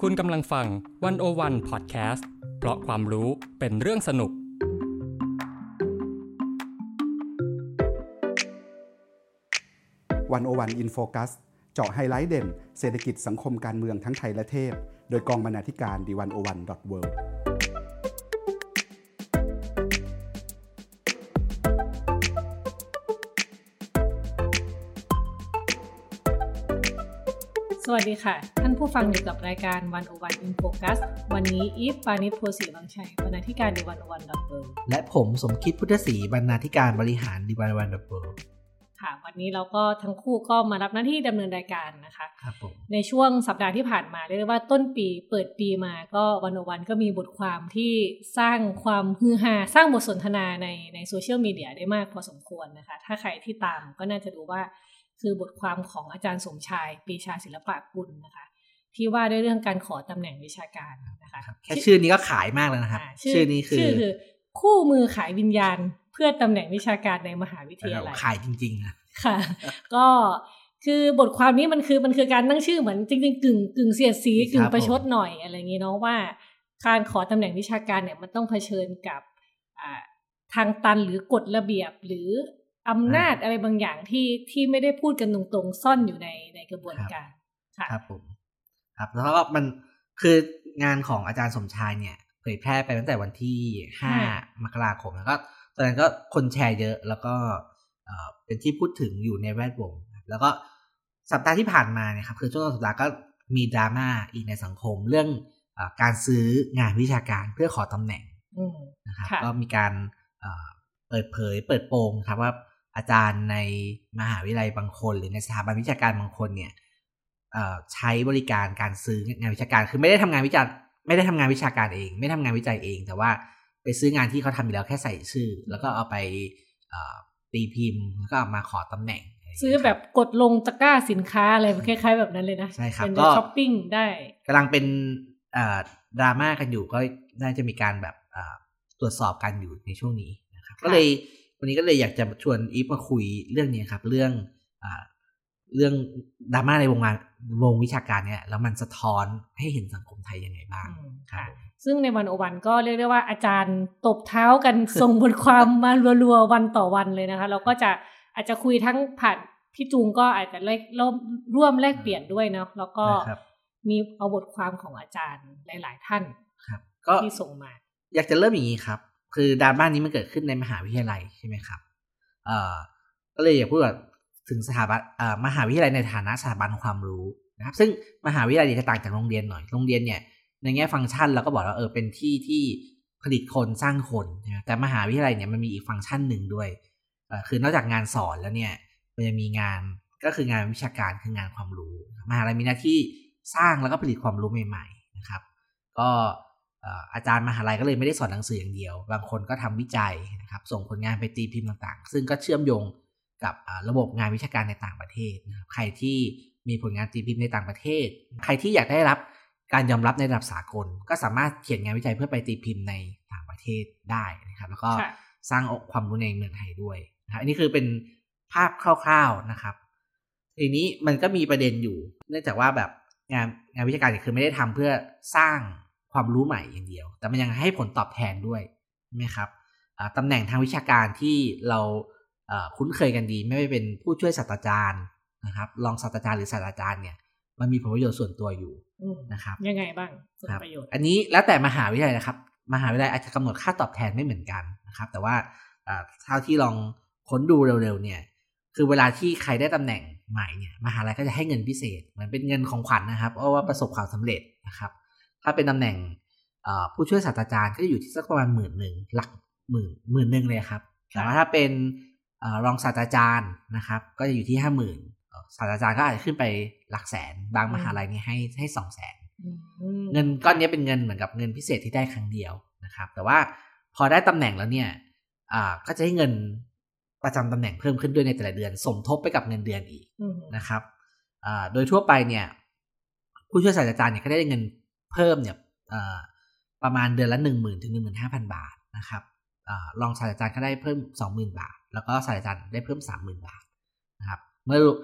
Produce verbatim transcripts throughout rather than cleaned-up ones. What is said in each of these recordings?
คุณกำลังฟังวันโอวันพอดแคสต์เพราะความรู้เป็นเรื่องสนุกวันโอวันอินโฟคัสเจาะไฮไลท์เด่นเศรษฐกิจสังคมการเมืองทั้งไทยและเทศโดยกองบรรณาธิการดีวันโอวันดอทเวิลด์สวัสดีค่ะท่านผู้ฟังอยู่กับรายการวันโอวันอินโฟคัสวันนี้อีฟปานิชโพสีบางชัยบรรณาธิการดีวันโอวันดอทเวิลด์และผมสมคิดพุทธศรีบรรณาธิการบริหารดีวันโอวันดอทเวิลด์ค่ะวันนี้เราก็ทั้งคู่ก็มารับหน้าที่ดำเนินรายการนะคะครับผมในช่วงสัปดาห์ที่ผ่านมาเรียกได้ว่าต้นปีเปิดปีมาก็วันโอวันก็มีบทความที่สร้างความฮือฮาสร้างบทสนทนาในในโซเชียลมีเดียได้มากพอสมควรนะคะถ้าใครที่ตามก็น่าจะรู้ว่าคือบทความของอาจารย์สมชายปรีชาศิลปะกุลนะคะที่ว่าด้วยเรื่องการขอตำแหน่งวิชาการนะคะแค่ชื่อนี้ก็ขายมากแล้วนะครับชื่อนี้คือชื่อคือคู่มือขายวิญญาณเพื่อตำแหน่งวิชาการในมหาวิทยาลัยขายจริงๆนะค่ะก็คือบทความนี้มันคือมันคือการตั้งชื่อเหมือนจริงๆกึ่งกึ่งเสียดสีกึ่งประชดหน่อยอะไรอย่างงี้เนาะว่าการขอตำแหน่งวิชาการเนี่ยมันต้องเผชิญกับอ่าทางตันหรือกฎระเบียบหรืออำนาจอะไรบางอย่างที่ที่ไม่ได้พูดกันตรงๆซ่อนอยู่ในในกระบวนการค่ะครับผมครับแล้วก็มันคืองานของอาจารย์สมชายเนี่ยเผยแพร่ไปตั้งแต่วันที่ห้ามกราคมแล้วก็ตอนนั้นก็คนแชร์เยอะแล้วก็เอ่อเป็นที่พูดถึงอยู่ในแวดวงแล้วก็สัปดาห์ที่ผ่านมาเนี่ยครับคือช่วงต้นสัปดาห์ก็มีดราม่าอีกในสังคมเรื่องเอ่อการซื้องานวิชาการเพื่อขอตำแหน่งนะครับก็มีการเอ่อเปิดเผยเปิดโปงครับว่าอาจารย์ในมหาวิทยาลัยบางคนหรือในสถาบันวิชาการบางคนเนี่ยใช้บริการการซื้องานวิชาการคือไม่ได้ทำงานวิจัยไม่ได้ทำงานวิชาการเองไม่ทำงานวิจัยเองแต่ว่าไปซื้องานที่เขาทำอยู่แล้วแค่ใส่ชื่อแล้วก็เอาไปตีพิมพ์แล้วก็มาขอตำแหน่งซื้อแบบกดลงตะกร้าสินค้าอะไรคล้ายๆแบบนั้นเลยนะใช่ครับก็ช้อปปิ้งได้กำลังเป็นดราม่ากันอยู่ก็น่าจะมีการแบบตรวจสอบกันอยู่ในช่วงนี้นะครับก็เลยวันนี้ก็เลยอยากจะชวนอีฟมาคุยเรื่องนี้ครับเรื่องอ่าเรื่องดราม่าในวงการวงวิชาการเนี่ยแล้วมันสะท้อนให้เห็นสังคมไทยยังไงบ้างค่ะซึ่งในวันโอวันก็เรียกได้ว่าอาจารย์ตบเท้ากันส่งบทความมารัวๆวันต่อวันเลยนะคะเราก็จะอาจจะคุยทั้งผ่านพี่จูงก็อาจจะร่วมแลกเปลี่ยนด้วยเนาะแล้วก็มีเอาบทความของอาจารย์หลายๆท่านที่ส่งมาอยากจะเริ่มอย่างนี้ครับคือดราม่านี้มันเกิดขึ้นในมหาวิทยาลัยใช่ไหมครับเอ่อก็เลยอยากพูดถึงสถาบันเอ่อมหาวิทยาลัยในฐานะสถาบันความรู้นะครับซึ่งมหาวิทยาลัยจะต่างจากโรงเรียนหน่อยโรงเรียนเนี่ยในแง่ฟังก์ชันเราก็บอกว่าเออเป็นที่ที่ผลิตคนสร้างคนนะแต่มหาวิทยาลัยเนี่ยมันมีอีกฟังก์ชันหนึ่งด้วยเอ่อคือนอกจากงานสอนแล้วเนี่ยมันจะมีงานก็คืองานวิชาการคืองานความรู้มหาลัยมีหน้าที่สร้างแล้วก็ผลิตความรู้ใหม่ๆนะครับก็อาจารย์มหาลัยก็เลยไม่ได้สอนหนังสืออย่างเดียวบางคนก็ทำวิจัยนะครับส่งผลงานไปตีพิมพ์ต่างๆซึ่งก็เชื่อมโยงกับระบบงานวิชาการในต่างประเทศนะครับใครที่มีผลงานตีพิมพ์ในต่างประเทศใครที่อยากได้รับการยอมรับในระดับสากลก็สามารถเขียนงานวิจัยเพื่อไปตีพิมพ์ในต่างประเทศได้นะครับแล้วก็สร้างความรู้ในเมืองไทยด้วยนะครับอันนี้คือเป็นภาพคร่าวๆนะครับทีนี้มันก็มีประเด็นอยู่เนื่องจากว่าแบบงานงานวิชาการเนี่ยคือไม่ได้ทำเพื่อสร้างความรู้ใหม่อย่างเดียวแต่มันยังให้ผลตอบแทนด้วยใช่ไหมครับตำแหน่งทางวิชาการที่เราคุ้นเคยกันดีไม่ว่าเป็นผู้ช่วยศาสตราจารย์นะครับรองศาสตราจารย์หรือศาสตราจารย์เนี่ยมันมีผลประโยชน์ส่วนตัวอยู่นะครับยังไงบ้างผลประโยชน์อันนี้แล้วแต่มหาวิทยาลัยนะครับมหาวิทยาลัยอาจจะกำหนดค่าตอบแทนไม่เหมือนกันนะครับแต่ว่าเท่าที่ลองค้นดูเร็วๆเนี่ยคือเวลาที่ใครได้ตำแหน่งใหม่เนี่ยมหาลัยก็จะให้เงินพิเศษเหมือนเป็นเงินของขวัญ น, นะครับเพราะว่าประสบความสำเร็จนะครับถ้าเป็นตำแหน่งผู้ช่วยศาสตราจารย์ก็จะอยู่ที่สักประมาณหมื่นหนึ่งหลักหมื่นหมื่นหนึ่งเลยครับแต่ว่าถ้าเป็นรองศาสตราจารย์นะครับก็จะอยู่ที่ห้าหมื่นศาสตราจารย์ก็อาจจะขึ้นไปหลักแสนบางมหาลัยนี่ให้ให้สองแสนเงินก้อนนี้เป็นเงินเหมือนกับเงินพิเศษที่ได้ครั้งเดียวนะครับแต่ว่าพอได้ตำแหน่งแล้วเนี่ยก็จะให้เงินประจำตำแหน่งเพิ่มขึ้นด้วยในแต่ละเดือนสมทบไปกับเงินเดือนอีกนะครับโดยทั่วไปเนี่ยผู้ช่วยศาสตราจารย์เนี่ยก็ได้เงินเพิ่มเนี่ยประมาณเดือนละ หนึ่งหมื่น ถึง หนึ่งหมื่นห้าพัน บาทนะครับรองศาสตราจารย์ก็ได้เพิ่ม สองหมื่น บาทแล้วก็ศาสตราจารย์ได้เพิ่ม สามหมื่น บาทนะครับเมื่อ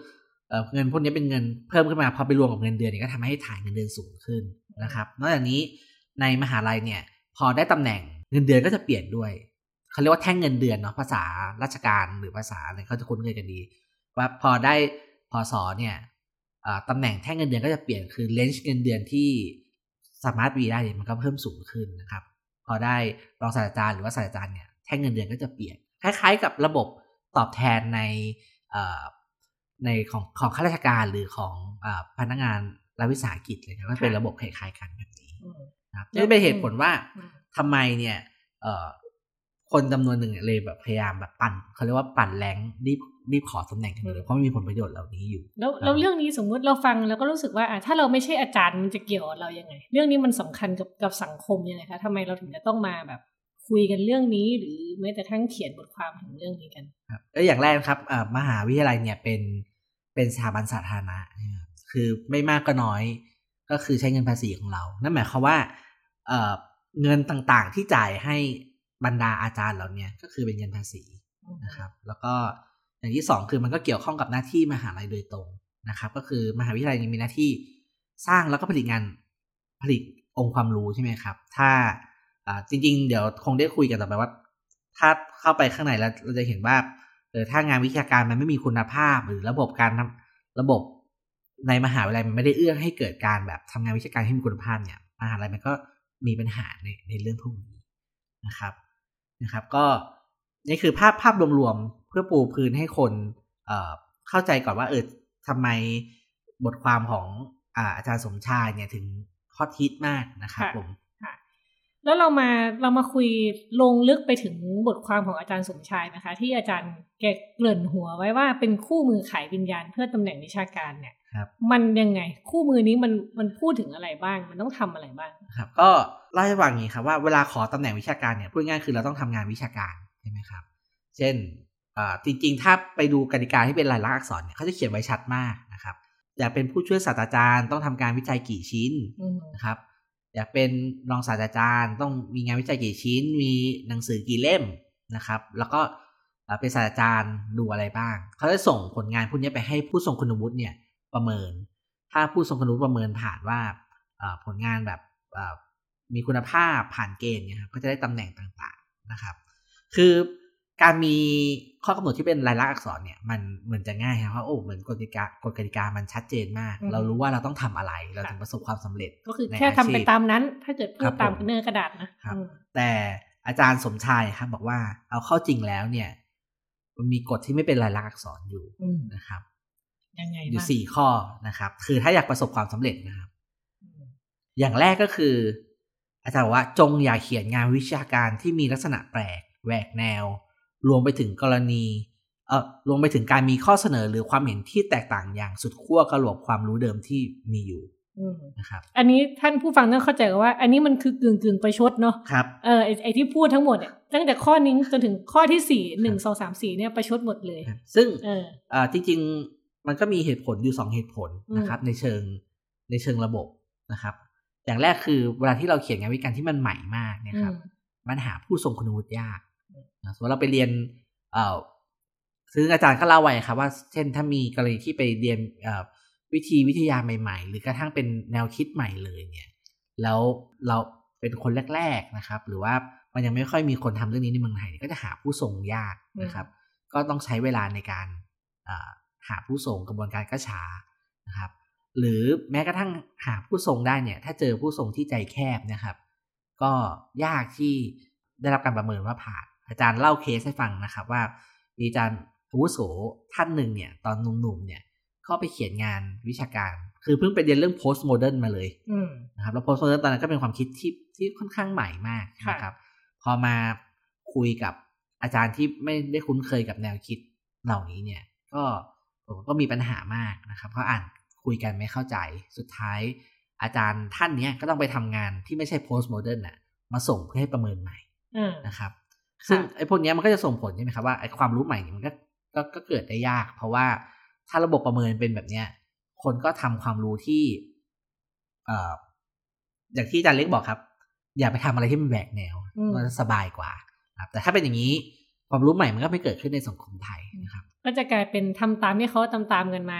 เอ่อเงินพวกนี้เป็นเงินเพิ่มขึ้นมาพอไปรวมกับเงินเดือนเนี่ยก็ทำให้ฐานเงินเดือนสูงขึ้นนะครับนอกจากนี้ในมหาลัยเนี่ยพอได้ตำแหน่งเงินเดือนก็จะเปลี่ยนด้วยเขาเรียกว่าแท่งเงินเดือนเนาะภาษาราชการหรือภาษาอะไรเขาจะคุ้นเคยกันดีว่าพอได้พศเนี่ยตำแหน่งแท่งเงินเดือนก็จะเปลี่ยนคือเลนจ์เงินเดือนที่สามารถมีได้เนี่ยมันก็เพิ่มสูงขึ้นนะครับพอได้รองศาสตราจารย์หรือว่าศาสตราจารย์เนี่ยแท่งเงินเดือนก็จะเปลี่ยนคล้ายๆกับระบบตอบแทนในในของของข้าราชการหรือของพนักงานรัฐวิสาหกิจเลยครับก็เป็นระบบคล้ายๆกันแบบนี้นะครับนี่เป็นเหตุผลว่าทำไมเนี่ยคนจำนวนหนึ่งเลยแบบพยายามแบบปั่นเขาเรียกว่าปั่นแรงรีบรีบขอตำแหน่งกันเลยเพราะมันมีผลประโยชน์เหล่านี้อยู่แล้วแล้วเรื่องนี้สมมุติเราฟังแล้วก็รู้สึกว่าถ้าเราไม่ใช่อาจารย์มันจะเกี่ยวกับเรายังไงเรื่องนี้มันสำคัญกับกับสังคมยังไงคะทำไมเราถึงจะต้องมาแบบคุยกันเรื่องนี้หรือแม้แต่ทั้งเขียนบทความถึงเรื่องนี้กันครับก็อย่างแรกครับมหาวิทยาลัยเนี่ยเป็นเป็นสถาบันสาธารณะคือไม่มากก็น้อยก็คือใช้เงินภาษีของเรานั่นหมายความว่าเงินต่างๆที่จ่ายให้บรรดาอาจารย์เราเนี่ยก็คือเป็นเงินภาษีนะครับแล้วก็อย่างที่สองคือมันก็เกี่ยวข้องกับหน้าที่มหาลัยโดยตรงนะครับก็คือมหาวิทยาลัยมีหน้าที่สร้างแล้วก็ผลิตงานผลิตองค์ความรู้ใช่ไหมครับถ้าจริงๆเดี๋ยวคงได้คุยกันต่อไปว่าถ้าเข้าไปข้างในแล้วเราจะเห็นว่าเออถ้างานวิชาการมันไม่มีคุณภาพหรือระบบการระบบในมหาวิทยาลัยมันไม่ได้เอื้อให้เกิดการแบบทำงานวิชาการที่มีคุณภาพเนี่ยมหาลัยมันก็มีปัญหาในในเรื่องพวกนี้นะครับนะครับก็นี่คือภาพภาพรวมๆเพื่อปูพื้นให้คนเอ่อเข้าใจก่อนว่าเออทำไมบทความของอ่าอาจารย์สมชายเนี่ยถึงฮอตฮิตมากนะครับผมแล้วเรามาเรามาคุยลงลึกไปถึงบทความของอาจารย์สมชายนะคะที่อาจารย์แกเกริ่นหัวไว้ว่าเป็นคู่มือขายวิญญาณเพื่อตำแหน่งวิชาการเนี่ยมันยังไงคู่มือนี้มันมันพูดถึงอะไรบ้างมันต้องทำอะไรบ้างครับก็เล่าให้ฟังอย่างนี้ครับว่าเวลาขอตำแหน่งวิชาการเนี่ยพูดง่ายคือเราต้องทำงานวิชาการใช่ไหมครับเช่นอ่าจริงๆถ้าไปดูกติกาที่เป็นลายลักษณ์อักษรเนี่ยเขาจะเขียนไว้ชัดมากนะครับอยากเป็นผู้ช่วยศาสตราจารย์ต้องทำการวิจัยกี่ชิ้นนะครับอยากเป็นรองศาสตราจารย์ต้องมีงานวิจัยกี่ชิ้นมีหนังสือกี่เล่มนะครับแล้วก็เป็นศาสตราจารย์ดูอะไรบ้างเขาจะส่งผลงานพวกนี้ไปให้ผู้ทรงคุณวุฒิเนี่ยประเมินถ้าผู้ทรงคุณวุฒิประเมินผ่านว่าผลงานแบบมีคุณภาพผ่านเกณฑ์เนี่ยครับก็จะได้ตำแหน่งต่างๆนะครับคือการมีข้อกำหนดที่เป็นลายลักษณ์อักษรเนี่ยมันเหมือนจะง่ายครับเพราะโอ้เหมือนกฎกติกากฎกติกามันชัดเจนมากเรารู้ว่าเราต้องทำอะไรเราถึงประสบความสำเร็จก็คือแค่ทำไปตามนั้นถ้าเกิดพูดตามเนื้อกระดาษนะครับแต่อาจารย์สมชายครับบอกว่าเอาเข้าจริงแล้วเนี่ยมันมีกฎที่ไม่เป็นลายลักษณ์อักษรอยู่นะครับยังไงอยู่สี่ข้อนะครับคือถ้าอยากประสบความสำเร็จนะครับอย่างแรกก็คืออาจารย์บอกว่าจงอย่าเขียนงานวิชาการที่มีลักษณะแปลกแหวกแนวรวมไปถึงกรณีเอ่อรวมไปถึงการมีข้อเสนอหรือความเห็นที่แตกต่างอย่างสุดขั้วกระหลบความรู้เดิมที่มีอยู่นะครับอันนี้ท่านผู้ฟังต้องเข้าใจว่าอันนี้มันคือกึ่งกึ่งประชดเนาะครับเออไอไอที่พูดทั้งหมดเนี่ยตั้งแต่ข้อนี้จนถึงข้อที่สี่ หนึ่ง สอง สาม สี่เนี่ยประชดหมดเลยซึ่งเอออ่าจริงๆมันก็มีเหตุผลอยู่สองเหตุผลนะครับในเชิงในเชิงระบบนะครับอย่างแรกคือเวลาที่เราเขียนงานวิจัยที่มันใหม่มากเนี่ยครับมันหาผู้ทรงคุณวุฒิยากสมมติเราไปเรียนเอ่อซึ่งอาจารย์ก็เล่าไว้ครับว่าเช่นถ้ามีกรณีที่ไปเรียนเอ่อวิธีวิทยาใหม่ๆหรือกระทั่งเป็นแนวคิดใหม่เลยเนี่ยแล้วเราเป็นคนแรกๆนะครับหรือว่ามันยังไม่ค่อยมีคนทำเรื่องนี้ในเมืองไทยก็จะหาผู้ทรงยากนะครับก็ต้องใช้เวลาในการหาผู้ทรงกระบวนการก็ช้านะครับหรือแม้กระทั่งหาผู้ทรงได้เนี่ยถ้าเจอผู้ทรงที่ใจแคบนะครับก็ยากที่ได้รับการประเมินว่าผ่านอาจารย์เล่าเคสให้ฟังนะครับว่ามีอาจารย์อาวุโสท่านหนึ่งเนี่ยตอนหนุ่มๆเนี่ยเข้าไปเขียนงานวิชาการคือเพิ่งไปเรียนเรื่อง post modern มาเลยนะครับแล้ว post modern ตอนนั้นก็เป็นความคิดที่ที่ค่อนข้างใหม่มากนะครับพอมาคุยกับอาจารย์ที่ไม่ได้คุ้นเคยกับแนวคิดเหล่านี้เนี่ยก็ก็มีปัญหามากนะครับเพราะอ่านคุยกันไม่เข้าใจสุดท้ายอาจารย์ท่านนี้ก็ต้องไปทำงานที่ไม่ใช่ post modern น่ะมาส่งเพื่อให้ประเมินใหม่นะครับซึ่งไอ้พวกนี้มันก็จะส่งผลใช่ไหมครับว่าไอ้ความรู้ใหม่นี่มันก็ก็ก็เกิดได้ยากเพราะว่าถ้าระบบประเมินเป็นแบบเนี้ยคนก็ทำความรู้ที่เอ่ออย่างที่อาจารย์เล็กบอกครับอย่าไปทำอะไรที่มันแหวกแนวมันสบายกว่าครับแต่ถ้าเป็นอย่างนี้ความรู้ใหม่มันก็ไม่เกิดขึ้นในสังคมไทยนะครับก็จะกลายเป็นทำตามที่เขาตามๆกันมา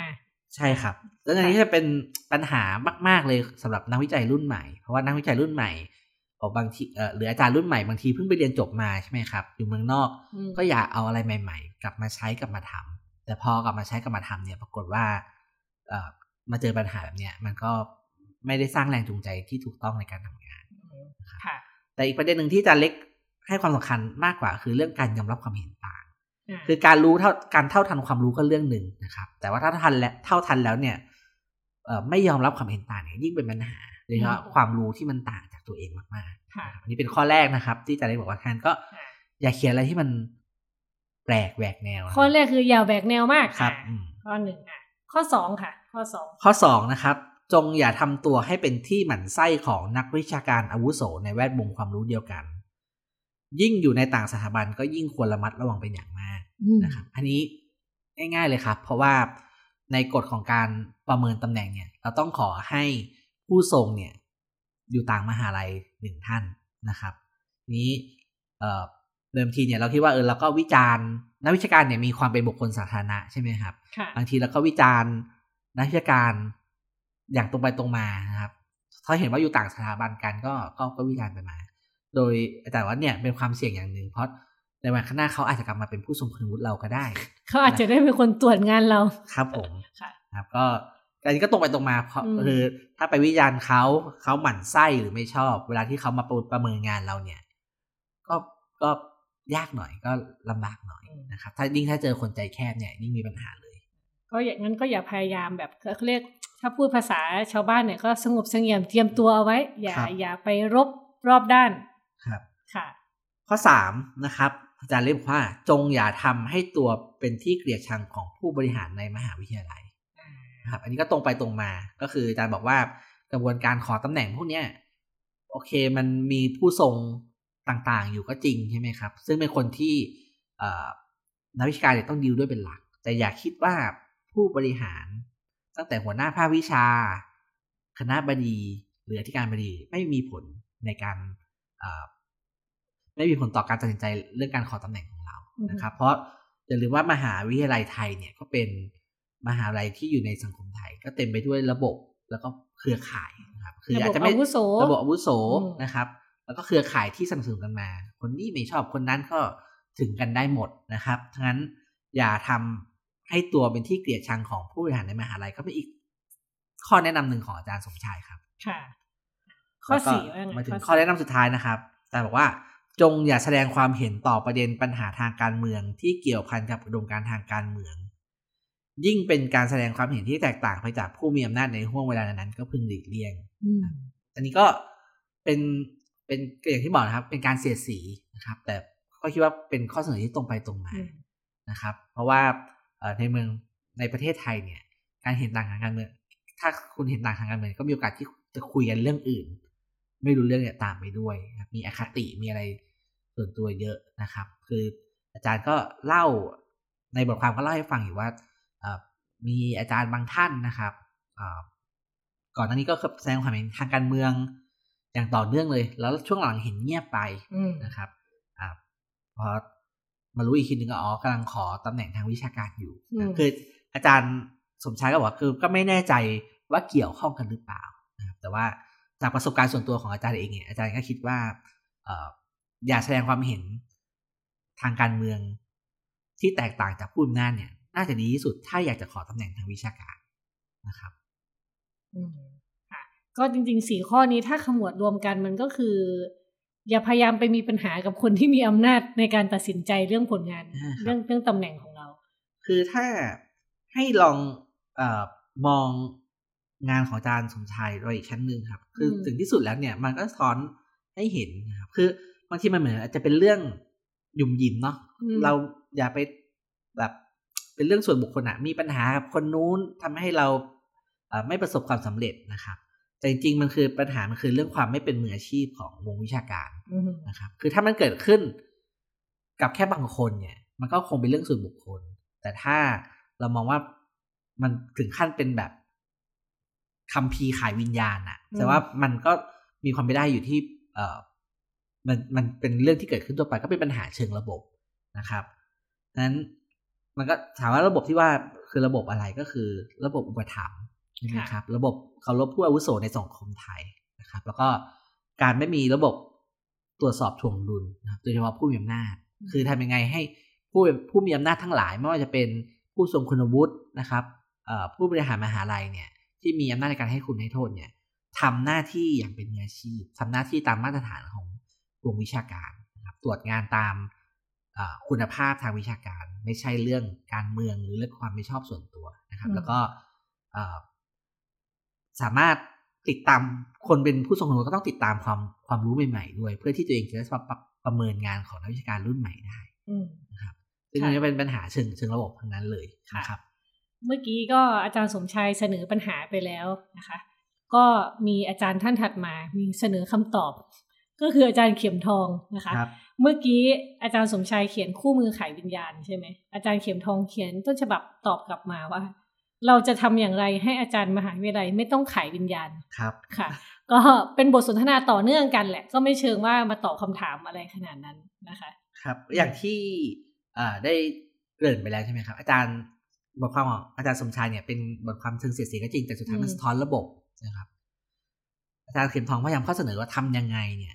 ใช่ครับแล้วอันนี้จะเป็นปัญหามากๆเลยสำหรับนักวิจัยรุ่นใหม่เพราะว่านักวิจัยรุ่นใหม่บางทีเอ่อหรืออาจารย์รุ่นใหม่บางทีเพิ่งไปเรียนจบมาใช่ไหมครับอยู่เมืองนอกก็อยากเอาอะไรใหม่ๆกลับมาใช้กลับมาทำแต่พอกลับมาใช้กลับมาทำเนี่ยปรากฏว่าเอ่อมาเจอปัญหาแบบเนี้ยมันก็ไม่ได้สร้างแรงจูงใจที่ถูกต้องในการทำงานนะครับแต่อีกประเด็นหนึ่งที่อาจารย์เล็กให้ความสำคัญมากกว่าคือเรื่องการยอมรับความเห็นต่างคือการรู้เท่าการเท่าทันความรู้ก็เรื่องหนึ่งนะครับแต่ว่าถ้าทันและเท่าทันแล้วเนี่ยเอ่อไม่ยอมรับความเห็นต่างเนี่ยยิ่งเป็นปัญหาโดยเฉพาะความรู้ที่มันต่างจากตัวเองมากๆอันนี้เป็นข้อแรกนะครับที่อาจารย์เล็กบอกว่าท่านก็อย่าเขียนอะไรที่มันแปลกแหวกแนวข้อแรกคืออย่าแหวกแนวมากครับข้อหนึ่งอ่ะข้อสองค่ะข้อสองข้อสองนะครับจงอย่าทำตัวให้เป็นที่หมั่นไส้ของนักวิชาการอาวุโสในแวดวงความรู้เดียวกันยิ่งอยู่ในต่างสถาบันก็ยิ่งควรระมัดระวังเป็นอย่างมากนะครับอันนี้ง่ายๆเลยครับเพราะว่าในกฎของการประเมินตำแหน่งเนี่ยเราต้องขอให้ผู้ทรงเนี่ยอยู่ต่างมหาลัยหนึ่งท่านนะครับนี้เอ่อเดิมทีเนี่ยเราคิดว่าเออเราก็วิจารณ์นักวิชาการเนี่ยมีความเป็นบุคคลสาธารณะใช่ไหมครับบางทีเราก็วิจารณ์นักวิชาการอย่างตรงไปตรงมานะครับถ้าเห็นว่าอยู่ต่างสถาบันกันก็ก็ก็วิจารณ์ไปมาโดยแต่ว่าเนี่ยเป็นความเสี่ยงอย่างหนึ่งเพราะในวันข้างหน้าเขาอาจจะกลับมาเป็นผู้ทรงคุณวุฒิเราก็ได้เขาอาจจะได้เป็นคนตรวจงานเราครับผมครับก็อันนี้ก็ตรงไปตรงมาเพราะคือถ้าไปวิจารณ์เขาเขาหมั่นไส้หรือไม่ชอบเวลาที่เขามาประเมินงานเราเนี่ยก็ก็ยากหน่อยก็ลำบากหน่อยนะครับถ้ายิ่งถ้าเจอคนใจแคบเนี่ยยิ่งมีปัญหาเลยก็อย่างนั้นก็อย่าพยายามแบบเขาเรียกถ้าพูดภาษาชาวบ้านเนี่ยก็สงบเสงี่ยมเตรียมตัวเอาไว้อย่าอย่าไปรบรอบด้านครับค่ะข้อสามนะครับอาจารย์เรียกว่าจงอย่าทำให้ตัวเป็นที่เกลียดชังของผู้บริหารในมหาวิทยาลัยครับอันนี้ก็ตรงไปตรงมาก็คืออาจารย์บอกว่ากระบวนการขอตำแหน่งพวกนี้โอเคมันมีผู้ทรงต่างๆอยู่ก็จริงใช่ไหมครับซึ่งเป็นคนที่นักวิชาการต้องดีลด้วยเป็นหลักแต่อย่าคิดว่าผู้บริหารตั้งแต่หัวหน้าภาควิชาคณะบดีหรืออธิการบดีไม่มีผลในการไม่มีผลต่อการตัดสินใจเรื่องการขอตำแหน่งของเรานะครับเพราะอย่าลืมว่ามหาวิทยาลัยไทยเนี่ยก็เป็นมหาวิทยาลัยที่อยู่ในสังคมไทยก็เต็มไปด้วยระบบแล้วก็เครือข่ายนะครับคืออาจจะไม่ระบบอาวุโสนะครับแล้วก็เครือข่ายที่สนับสนุนกันมาคนนี้ไม่ชอบคนนั้นก็ถึงกันได้หมดนะครับทั้งนั้นอย่าทำให้ตัวเป็นที่เกลียดชังของผู้บริหารในมหาลัยก็เป็นอีกข้อแนะนำหนึ่งของอาจารย์สมชายครับค่ะข้อสี่มาถึงข้อแนะนำสุดท้ายนะครับอาจารย์บอกว่าจงอย่าแสดงความเห็นต่อประเด็นปัญหาทางการเมืองที่เกี่ยวพันกับอุดมการณ์ทางการเมืองยิ่งเป็นการแสดงความเห็นที่แตกต่างไปจากผู้มีอำนาจในห่วงเวลานั้นก็พึงหลีกเลี่ยงอันนี้ก็เป็นเป็นอย่างที่บอกนะครับเป็นการเสียดสีนะครับแต่ก็คิดว่าเป็นข้อเสนอที่ตรงไปตรงมานะครับเพราะว่าในเมืองในประเทศไทยเนี่ยการเห็นต่างทางการเมืองถ้าคุณเห็นต่างทางการเมืองก็มีโอกาสที่จะคุยกันเรื่องอื่นไม่รู้เรื่องเนี่ยตามไปด้วยมีอคติมีอะไรส่วนตัวเยอะนะครับคืออาจารย์ก็เล่าในบทความก็เล่าให้ฟังอยู่ว่ามีอาจารย์บางท่านนะครับก่อนหน้านี้ก็แสดงความเห็นทางการเมืองอย่างต่อเนื่องเลยแล้วช่วงหลังเห็นเงียบไปนะครับพอมารู้อีกทีนึงก็อ๋อกำลังขอตำแหน่งทางวิชาการอยู่คืออาจารย์สมชายก็บอกว่าคือก็ไม่แน่ใจว่าเกี่ยวข้องกันหรือเปล่านะครับแต่ว่าจากประสบการณ์ส่วนตัวของอาจารย์เองเนี่ยอาจารย์ก็คิดว่าเอ่ออย่าแสดงความเห็นทางการเมืองที่แตกต่างจากผู้อำนาจเนี่ยน่าจะดีที่สุดถ้าอยากจะขอตำแหน่งทางวิชาการนะครับอืมค่ะก็จริงๆสี่ข้อนี้ถ้าขมวดรวมกันมันก็คืออย่าพยายามไปมีปัญหากับคนที่มีอำนาจในการตัดสินใจเรื่องผลงานเรื่องเรื่องตำแหน่งของเราคือถ้าให้ลองเอ่อมองงานของอาจารย์สมชายโดยอีกชั้นนึงครับคือถึงที่สุดแล้วเนี่ยมันก็สะท้อนให้เห็นนะครับคือบางทีมันเหมือนอาจจะเป็นเรื่องยุ่มยิ้มเนาะเราอย่าไปแบบเป็นเรื่องส่วนบุคคลอะมีปัญหากับคนนู้นทำให้เราเอ่อไม่ประสบความสำเร็จนะครับแต่จริงๆมันคือปัญหามันคือเรื่องความไม่เป็นมืออาชีพของวงวิชาการนะครับคือถ้ามันเกิดขึ้นกับแค่บางคนเนี่ยมันก็คงเป็นเรื่องส่วนบุคคลแต่ถ้าเรามองว่ามันถึงขั้นเป็นแบบคัมภีร์ขายวิญญาณอะแต่ว่ามันก็มีความไม่ได้อยู่ที่เอ่อมันมันเป็นเรื่องที่เกิดขึ้นทั่วไปก็เป็นปัญหาเชิงระบบนะครับนั้นมันก็ถามว่าระบบที่ว่าคือระบบอะไรก็คือระบบอุปถัมภ์ใช่ไหมครับระบบเคารพผู้อาวุโสในสังคมไทยนะครับแล้วก็การไม่มีระบบตรวจสอบถ่วงดุลนะครับโดยเฉพาะผู้มีอำนาจคือทำยังไงให้ผู้ผู้มีอำนาจทั้งหลายไม่ว่าจะเป็นผู้ทรงคุณวุฒินะครับผู้บริหารมหาลัยเนี่ยที่มีอำนาจในการให้คุณให้โทษเนี่ยทำหน้าที่อย่างเป็นมืออาชีพทำหน้าที่ตามมาตรฐานของวงวิชาการนะครับตรวจงานตามคุณภาพทางวิชาการไม่ใช่เรื่องการเมืองหรือเรื่องความไม่ชอบส่วนตัวนะครับแล้วก็สามารถติดตามคนเป็นผู้ทรงคุณวุฒิก็ต้องติดตามความความรู้ใหม่ๆด้วยเพื่อที่ตัวเองจะได้ประเมินงานของนักวิชาการรุ่นใหม่ได้นะครับซึ่งอันนี้เป็นปัญหาเชิงเชิงระบบทั้งนั้นเลยนะครับเมื่อกี้ก็อาจารย์สมชายเสนอปัญหาไปแล้วนะคะก็มีอาจารย์ท่านถัดมามีเสนอคำตอบก็คืออาจารย์เข็มทองนะคะเมื่อกี้อาจารย์สมชายเขียนคู่มือขายวิญญาณใช่ไหมอาจารย์เข็มทองเขียนต้นฉบับตอบกลับมาว่าเราจะทำอย่างไรให้อาจารย์มหาวิทยาลัยไม่ต้องขายวิญญาณครับค่ะก็เป็นบทสนทนาต่อเนื่องกันแหละก็ไม่เชิงว่ามาตอบคำถามอะไรขนาดนั้นนะคะครับอย่างที่ได้เกริ่นไปแล้วใช่ไหมครับอาจารย์บทความของอาจารย์สมชายเนี่ยเป็นบทความเชิงเสียดสีก็จริงแต่สุดท้ายมันสะท้อนระบบนะครับอาจารย์เข็มทองพยายามข้อเสนอว่าทำยังไงเนี่ย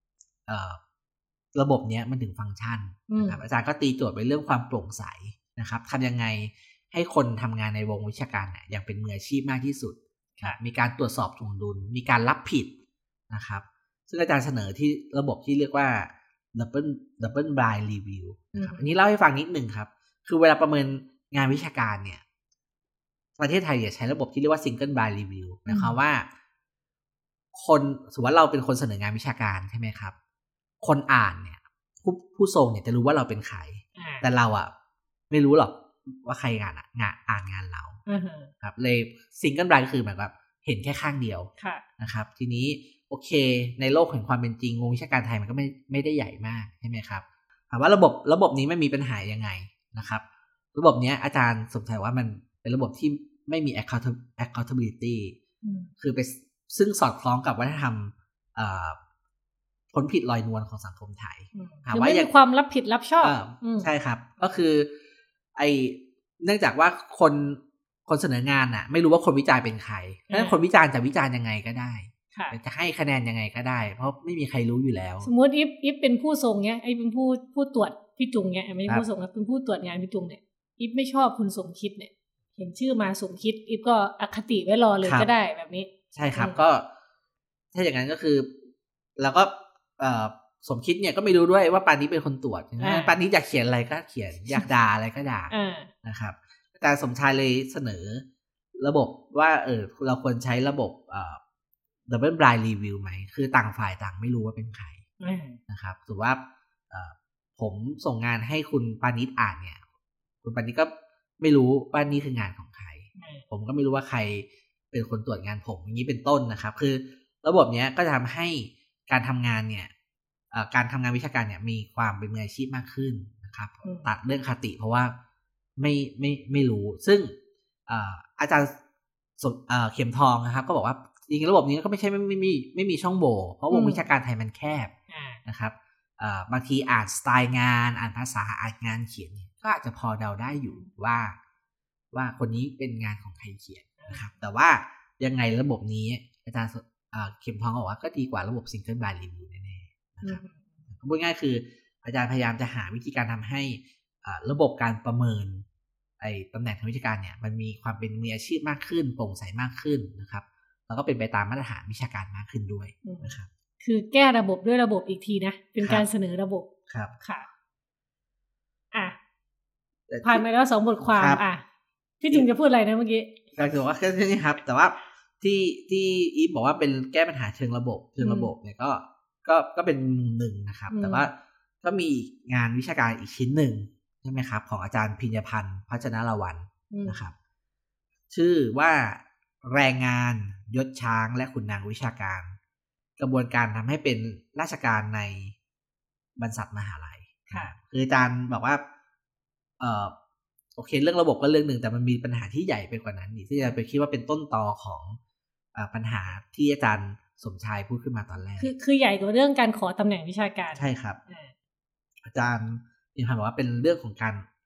ระบบเนี้ยมันถึงฟังก์ชันนะครับอาจารย์ก็ตีโจทย์ไปเรื่องความโปร่งใสนะครับทำยังไงให้คนทำงานในวงวิชาการเนี่ยอย่างเป็นมืออาชีพมากที่สุดมีการตรวจสอบถ่วงดุลมีการรับผิดนะครับซึ่งอาจารย์เสนอที่ระบบที่เรียกว่า double double blind review นะครับอันนี้เล่าให้ฟังนิดนึงครับคือเวลาประเมินงานวิชาการเนี่ยประเทศไทยเนี่ยใช้ระบบที่เรียกว่า single blind review นะครับว่าคนสมมติว่าเราเป็นคนเสนองานวิชาการใช่ไหมครับคนอ่านเนี่ยผู้ผู้ทรงเนี่ยจะรู้ว่าเราเป็นใครแต่เราอ่ะไม่รู้หรอกว่าใครงานอ่ะงานอ่านงานเราครับเลย single blind ก็คือแบบเห็นแค่ข้างเดียวนะครับทีนี้โอเคในโลกแห่งความเป็นจริงวงวิชาการไทยมันก็ไม่ไม่ได้ใหญ่มากใช่ไหมครับถามว่าระบบระบบนี้ไม่มีปัญหายังไงนะครับระบบนี้อาจารย์สมชายว่ามันเป็นระบบที่ไม่มี accountability คือไปซึ่งสอดคล้องกับวัฒนธรรมผลผิดลอยนวลของสังคมไทยถามว่าไม่มีความรับผิดรับชอบใช่ครับก็คือไอเนื่องจากว่าคนคนเสนองานน่ะไม่รู้ว่าคนวิจารณ์เป็นใครเพราะฉะนั้นคนวิจารณ์จะวิจารณ์ยังไงก็ได้จะให้คะแนนยังไงก็ได้เพราะไม่มีใครรู้อยู่แล้วสมมติอิฟอิฟเป็นผู้ทรงเนี้ยไอเป็นผู้ผู้ตรวจพี่จุงเนี้ยไม่ใช่ผู้ทรงนะเป็นผู้ตรวจงานพี่จุงเนี่ยอิฟไม่ชอบคุณสมคิดเนี่ยเห็นชื่อมาสมคิดอิฟก็อคติไว้รอเลยก็ได้แบบนี้ใช่ครับก็ถ้าอย่างนั้นก็คือแล้วก็สมคิดเนี่ยก็ไม่รู้ด้วยว่าปานนี้เป็นคนตรวจปานนี้อยากเขียนอะไรก็เขียนอยากด่าอะไรก็ด่านะครับอาจารย์สมชายเลยเสนอระบบว่าเออเราควรใช้ระบบเอ่อ double blind review ไหมคือต่างฝ่ายต่างไม่รู้ว่าเป็นใครนะครับถือว่าผมส่งงานให้คุณปานิชอ่านเนี่ยคุณปานิชก็ไม่รู้ว่านี่คืองานของใครผมก็ไม่รู้ว่าใครเป็นคนตรวจงานผมอย่างนี้เป็นต้นนะครับคือระบบนี้ก็จะทำให้การทำงานเนี่ยการทำงานวิชาการเนี่ยมีความเป็นมืออาชีพมากขึ้นนะครับตัดเรื่องคติเพราะว่าไม่ไม่ไม่รู้ซึ่งอาจารย์เข็มทองนะครับก็บอกว่าจริงๆระบบนี้ก็ไม่ใช่ไม่ไม่มีไม่มีช่องโหว่เพราะวงวิชาการไทยมันแคบนะครับบางทีอ่านสไตล์งานอ่านภาษาอ่านงานเขียนเนี่ยก็อาจจะพอเดาได้อยู่ว่าว่าคนนี้เป็นงานของใครเขียนนะครับแต่ว่ายังไงระบบนี้อาจารย์เข็มทองบอกว่าก็ดีกว่าระบบ single blind review แน่ๆนะครับพูดง่ายคืออาจารย์พยายามจะหาวิธีการทำให้ระบบการประเมินไอ้ตำแหน่งทางวิชาการเนี่ยมันมีความเป็นมืออาชีพมากขึ้นโปร่งใสมากขึ้นนะครับแล้วก็เป็นไปตามมาตรฐานวิชาการมากขึ้นด้วยนะครับคือแก้ระบบด้วยระบบอีกทีนะเป็นการเสนอระบบครับค่ะอ่ะผ่านไปแล้วสองบทความอ่ะพี่จึงจะพูดอะไรนะเมื่อกี้ก็คือว่าแค่นี้ครับแต่ว่าที่ที่อีฟบอกว่าเป็นแก้ปัญหาเชิงระบบเชิงระบบเนี่ยก็ก็ก็เป็นมุมหนึ่งนะครับแต่ว่าก็มีงานวิชาการอีกชิ้นหนึ่งใช่ไหมครับของอาจารย์พิญญพันธ์พัชนราวัลย์นะครับชื่อว่าแรงงานยศช้างและขุนนางวิชาการกระบวนการทำให้เป็นราชการในบรรษัทมหาลัยคืออาจารย์บอกว่าเออโอเคเรื่องระบบก็เรื่องหนึ่งแต่มันมีปัญหาที่ใหญ่ไปกว่านั้นที่อาจารย์ไปคิดว่าเป็นต้นตอของอ่าปัญหาที่อาจารย์สมชายพูดขึ้นมาตอนแรกคือคือใหญ่กว่าเรื่องการขอตำแหน่งวิชาการใช่ครับอาจารย์พิญญพันธ์บอกว่าเป็นเรื่องของการ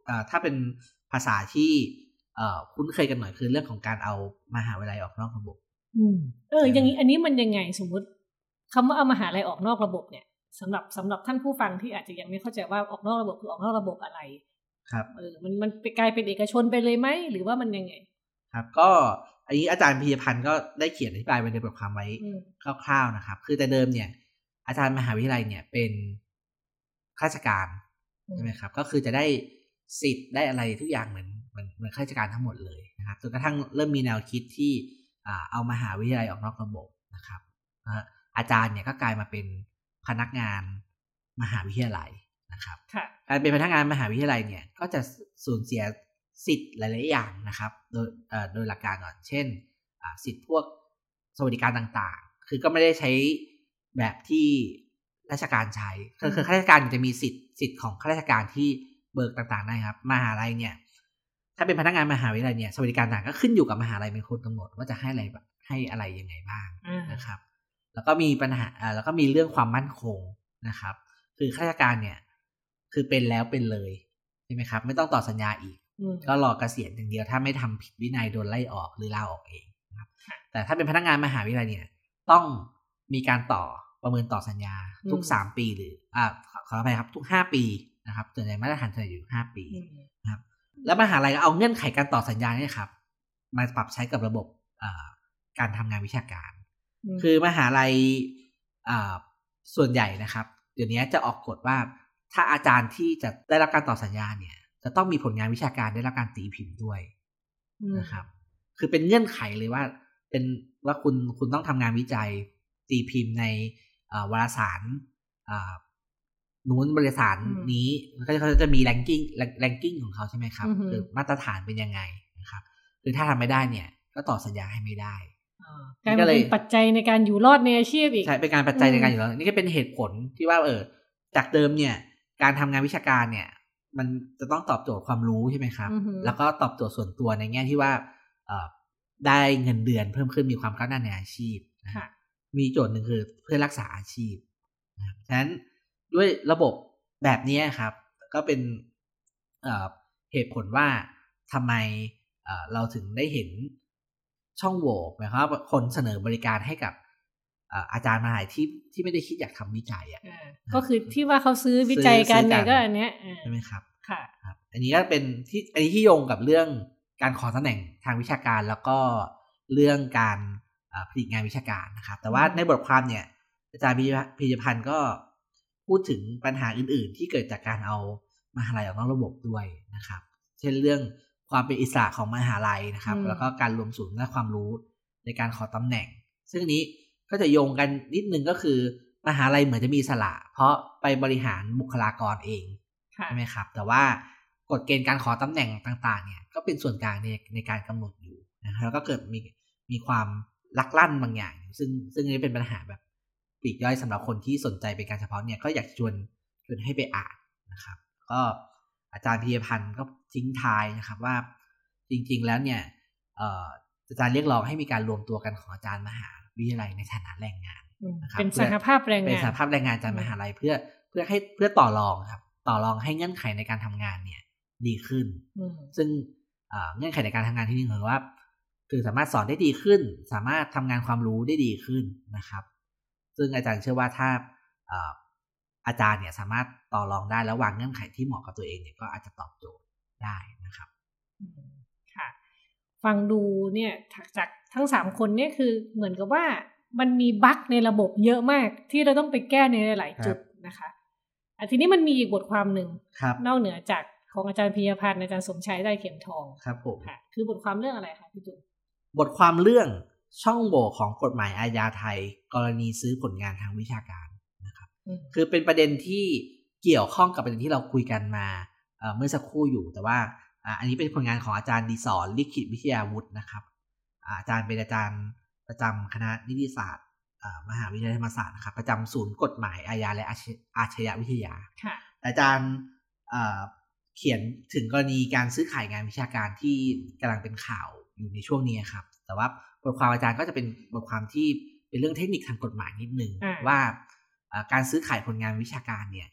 อ่าถ้าเป็นภาษาที่เอ่อคุ้นเคยกันหน่อยคือเรื่องของการเอามหาวิทยาลัยออกนอกระบบอืมเอออย่างนี้อันนี้มันยังไงสมมุติคำว่าเอามหาลัยออกนอกระบบเนี่ยสำหรับสำหรับท่านผู้ฟังที่อาจจะยังไม่เข้าใจว่าออกนอกระบบคือออกนอกระบบอะไรครับเออมันมันกลายเป็นเอกชนไปเลยไหมหรือว่ามันยังไงครับก็อันนี้อาจารย์พีรพันธ์ก็ได้เขียนอธิบายไว้ในบทความไว้คร่าวๆนะครับคือแต่เดิมเนี่ยอาจารย์มหาวิทยาลัยเนี่ยเป็นข้าราชการใช่ไหมครับก็คือจะได้สิทธิ์ได้อะไรทุกอย่างเหมือนเหมือนเหมือนข้าราชการทั้งหมดเลยนะครับจนกระทั่งเริ่มมีแนวคิดที่เอามหาวิทยาลัยออกนอกระบบนะครับอาจารย์เนี่ยก็กลายมาเป็นพนักงานมหาวิทยาลัยนะครับการเป็นพนักงานมหาวิทยาลัยเนี่ยก็จะสูญเสียสิทธิ์หลายๆอย่างนะครับโดยโดยหลักการก่อนเช่นสิทธิ์พวกสวัสดิการต่างๆคือก็ไม่ได้ใช้แบบที่ราชการใช้คือข้าราชการจะมีสิทธิ์สิทธิ์ของข้าราชการที่เบิกต่างๆได้ครับมหาลัยเนี่ยถ้าเป็นพนักงานมหาวิทยาลัยเนี่ยสวัสดิการต่างก็ขึ้นอยู่กับมหาลัยเป็นคนกำหนดว่าจะให้อะไรให้อะไรยังไงบ้างนะครับแล้วก็มีปัญหาแล้วก็มีเรื่องความมั่นคงนะครับคือข้าราชการเนี่ยคือเป็นแล้วเป็นเลยใช่ไหมครับไม่ต้องต่อสัญญาอีกก็รอเกษียณอย่างเดียวถ้าไม่ทำผิดวินัยโดนไล่ออกหรือลาออกเองนะครับแต่ถ้าเป็นพนักงานมหาวิทยาลัยเนี่ยต้องมีการต่อประเมินต่อสัญญาทุกสามปีหรืออ่าขออภัยครับทุกห้าปีนะครับส่วนใหญ่มาตรฐานจะอยู่ห้าปีนะครับแล้วมหาลัยก็เอาเงื่อนไขการต่อสัญญาเนี่ยครับมาปรับใช้กับระบบการทำงานวิชาการคือมหาลัยส่วนใหญ่นะครับเดี๋ยวนี้จะออกกฎว่าถ้าอาจารย์ที่จะได้รับการต่อสัญญาเนี่ยจะต้องมีผลงานวิชาการได้รับการตีพิมพ์ด้วยนะครับคือเป็นเงื่อนไขเลยว่าเป็นว่าคุณคุณต้องทำงานวิจัยตีพิมพ์ในวารสารนู้นบริษัทนี้เขาจะมีแรงกิ้งแรงกิ้งของเขาใช่ไหมครับคือมาตรฐานเป็นยังไงนะครับคือถ้าทำไม่ได้เนี่ยก็ต่อสัญญาให้ไม่ได้ก็เลยเป็นปัจจัยในการอยู่รอดในอาชีพอีกใช่เป็นการปัจจัยในการอยู่รอดนี่ก็เป็นเหตุผลที่ว่าเออจากเดิมเนี่ยการทำงานวิชาการเนี่ยมันจะต้องตอบโจทย์ความรู้ใช่ไหมครับแล้วก็ตอบโจทย์ส่วนตัวในแง่ที่ว่าได้เงินเดือนเพิ่มขึ้นมีความก้าวหน้าในอาชีพมีโจทย์หนึ่งคือเพื่อรักษาอาชีพนะครับฉะนั้นด้วยระบบแบบนี้ครับก็เป็นเหตุผลว่าทำไมเราถึงได้เห็นช่องโหว่หมายความว่าคนเสนอบริการให้กับอาจารย์มหาวิทยาลัยที่ที่ไม่ได้คิดอยากทำวิจัยอ่ะก็คือที่ว่าเขาซื้อวิจัยกันเนี่ยก็อันเนี้ยใช่ไหมครับค่ะอันนี้ก็เป็นที่อันนี้ที่โยงกับเรื่องการขอตำแหน่งทางวิชาการแล้วก็เรื่องการผลิตงานวิชาการนะครับแต่ว่าในบทความเนี่ยอาจารย์พิยพันธ์ก็พูดถึงปัญหาอื่นๆที่เกิดจากการเอามหาลัยออกนอกระบบด้วยนะครับเช่นเรื่องความเป็นอิสระของมหาลัยนะครับแล้วก็การรวมศูนย์ด้านความรู้ในการขอตำแหน่งซึ่งนี้ก็จะโยงกันนิดนึงก็คือมหาลัยเหมือนจะมีอิสระเพราะไปบริหารบุคลากรเองใช่ไหมครับแต่ว่ากฎเกณฑ์การขอตำแหน่งต่างๆเนี่ยก็เป็นส่วนกลางในในการกำหนดอยู่นะครับแล้วก็เกิดมีมีความลักลั่นบางอย่างซึ่งซึ่งนี้เป็นปัญหาแบบปลีกย่อยสำหรับคนที่สนใจเป็นการเฉพาะเนี่ยก็อยากชวนชวนให้ไปอ่านนะครับก็อาจารย์พีรพันธ์ก็ทิ้งท้ายนะครับว่าจริงๆแล้วเนี่ยอาจารย์เรียกร้องให้มีการรวมตัวกันของอาจารย์มหาวิทยาลัยในฐานะแรงงานนะครับเป็นสหภาพแรงงานเป็นสหภาพแรงงานอาจารย์มหาลัยเพื่อเพื่อให้เพื่อต่อรองครับต่อรองให้เงื่อนไขในการทำงานเนี่ยดีขึ้นซึ่งเงื่อนไขในการทำงานที่นี่คือว่าคือสามารถสอนได้ดีขึ้นสามารถทำงานความรู้ได้ดีขึ้นนะครับซึ่งอาจารย์เชื่อว่าถ้าอาจารย์เนี่ยสามารถต่อรองได้แล้ววางเงื่อนไขที่เหมาะกับตัวเองเนี่ยก็อาจจะตอบโจทย์ได้นะครับค่ะฟังดูเนี่ยจากทั้งสามคนเนี่ยคือเหมือนกับว่ามันมีบั๊กในระบบเยอะมากที่เราต้องไปแก้ในหลายจุดนะคะอ่ะทีนี้มันมีอีกบทความหนึ่งนอกเหนือจากของอาจารย์พีรพันธ์อาจารย์สมชัยได้เข็มทองครับผมค่ะคือบทความเรื่องอะไรคะพี่จุ๊บทความเรื่องช่องโหว่ของกฎหมายอาญาไทยกรณีซื้อผลงานทางวิชาการนะครับคือเป็นประเด็นที่เกี่ยวข้องกับประเด็นที่เราคุยกันมาเมื่อสักครู่อยู่แต่ว่าอันนี้เป็นผลงานของอาจารย์ดิศรลิขิตวิทยาวุฒินะครับอาจารย์เป็นอาจารย์ประจำคณะนิติศาสตร์มหาวิทยาลัยธรรมศาสตร์นะครับประจำศูนย์กฎหมายอาญาและอาชญาวิทยาอาจารย์เขียนถึงกรณีการซื้อขายงานวิชาการที่กำลังเป็นข่าวอยู่ในช่วงนี้ครับแต่ว่าบทความอาจารย์ก็จะเป็นบทความที่เป็นเรื่องเทคนิคทางกฎหมายนิดนึงว่าการซื้อขายผลงานวิชาการเนี่ย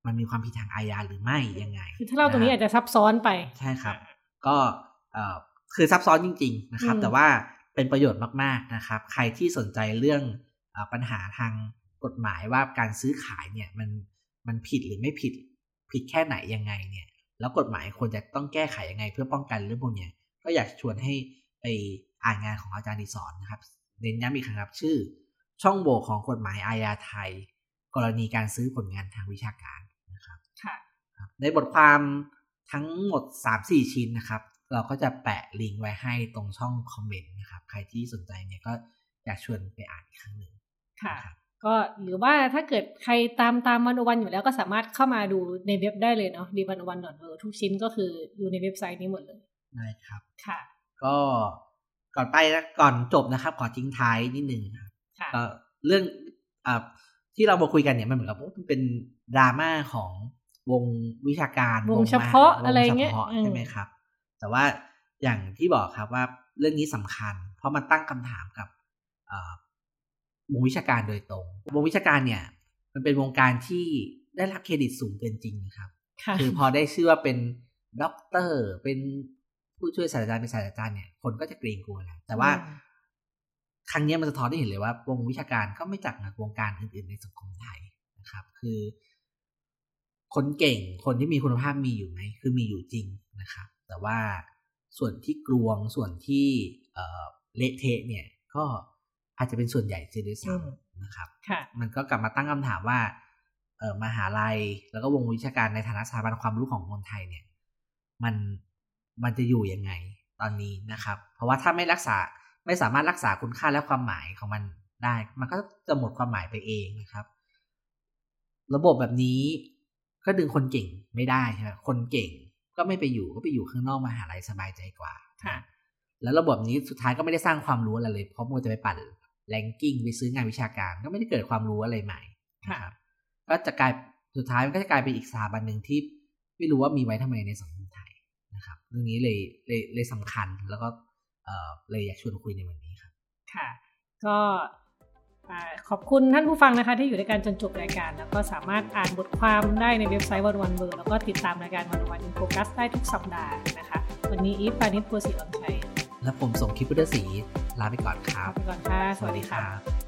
มันมีความผิดทางอาญาหรือไม่ยังไงคือถ้าเราตรงนี้อาจจะซับซ้อนไปใช่ครับก็เอ่อคือซับซ้อนจริงๆนะครับแต่ว่าเป็นประโยชน์มากๆนะครับใครที่สนใจเรื่องเอ่อปัญหาทางกฎหมายว่าการซื้อขายเนี่ยมันมันผิดหรือไม่ผิดผิดแค่ไหนยังไงเนี่ยแล้วกฎหมายควรจะต้องแก้ไขยังไงเพื่อป้องกันเรื่องพวกนี้ก็อยากชวนให้ไปอ่านงานของอาจารย์ดิศรนะครับเน้นย้ำอีกครั้งครับชื่อช่องโหว่ของกฎหมายอาญาไทยกรณีการซื้อผลงานทางวิชาการนะครับในบทความทั้งหมด สามถึงสี่ ชิ้นนะครับเราก็จะแปะลิงก์ไว้ให้ตรงช่องคอมเมนต์นะครับใครที่สนใจเนี่ยก็อยากชวนไปอ่านอีกครั้งหนึ่งค่ะก็หรือว่าถ้าเกิดใครตามตามวันวันอยู่แล้วก็สามารถเข้ามาดูในเว็บได้เลยเนาะ ดี วัน โอ วัน ดอท เวิลด์ ทุกชิ้นก็คืออยู่ในเว็บไซต์นี้หมดเลยได้ครับค่ะก็ก่อนไปนะก่อนจบนะครับขอทิ้งท้ายนิดนึงครับก็เรื่องอ่าที่เรามาคุยกันเนี่ยมันเหมือนกับมันเป็นดราม่าของวงวิชาการวงเฉพาะอะไรเงี้ยใช่ไหมครับแต่ว่าอย่างที่บอกครับว่าเรื่องนี้สำคัญเพราะมันตั้งคำถามกับวงวิชาการโดยตรงวงวิชาการเนี่ยมันเป็นวงการที่ได้รับเครดิตสูงเกินจริงนะครับคือพอได้ชื่อว่าเป็นด็อกเตอร์เป็นผู้ช่วยศาสตราจารย์เป็นศาสตราจารย์เนี่ยคนก็จะเกรงกลัวแล้วแต่ว่าครั้งนี้มันสะท้อนได้เห็นเลยว่าวงวิชาการก็ไม่ต่างจากวงการอื่นๆในสังคมไทยนะครับคือคนเก่งคนที่มีคุณภาพมีอยู่ไหมคือมีอยู่จริงนะครับแต่ว่าส่วนที่กลวงส่วนที่เอ่อเละเทะเนี่ยก็อาจจะเป็นส่วนใหญ่เสียด้วยซ้ำนะครับมันก็กลับมาตั้งคำถามว่าเอ่อมหาลัยแล้วก็วงวิชาการในฐานะสถาบันความรู้ของคนไทยเนี่ยมันมันจะอยู่ยังไงตอนนี้นะครับเพราะว่าถ้าไม่รักษาไม่สามารถรักษาคุณค่าและความหมายของมันได้มันก็จะหมดความหมายไปเองนะครับระบบแบบนี้ก็ดึงคนเก่งไม่ได้ใช่ไหมคนเก่งก็ไม่ไปอยู่ก็ไปอยู่ข้างนอกมหาลัยสบายใจกว่าแล้วระบบนี้สุดท้ายก็ไม่ได้สร้างความรู้อะไรเลยเพราะมัวจะไปปั่นแรงกิ้งไปซื้องานวิชาการก็ไม่ได้เกิดความรู้อะไรใหม่นะครับก็จะกลายสุดท้ายมันก็จะกลายเป็นอีกสถาบันหนึ่งที่ไม่รู้ว่ามีไว้ทำไมในสังคมไทยนะครับเรื่องนี้เลยเลยเลยสำคัญแล้วก็เอ่อเลยอยากชวนคุยในวันนี้ครับค่ะก็ขอบคุณท่านผู้ฟังนะคะที่อยู่ด้วยกันจนจบรายการแล้วก็สามารถอ่านบทความได้ในเว็บไซต์ วัน วัน เวิลด์ แล้วก็ติดตามรายการ วัน วัน อินโฟกัสได้ทุกสัปดาห์นะคะวันนี้อีฟปานิช บัวศรีอมชัยและผมสมคิดพุทธศรีลาไปก่อนครับลาไปก่อนค่ะสวัสดีครับ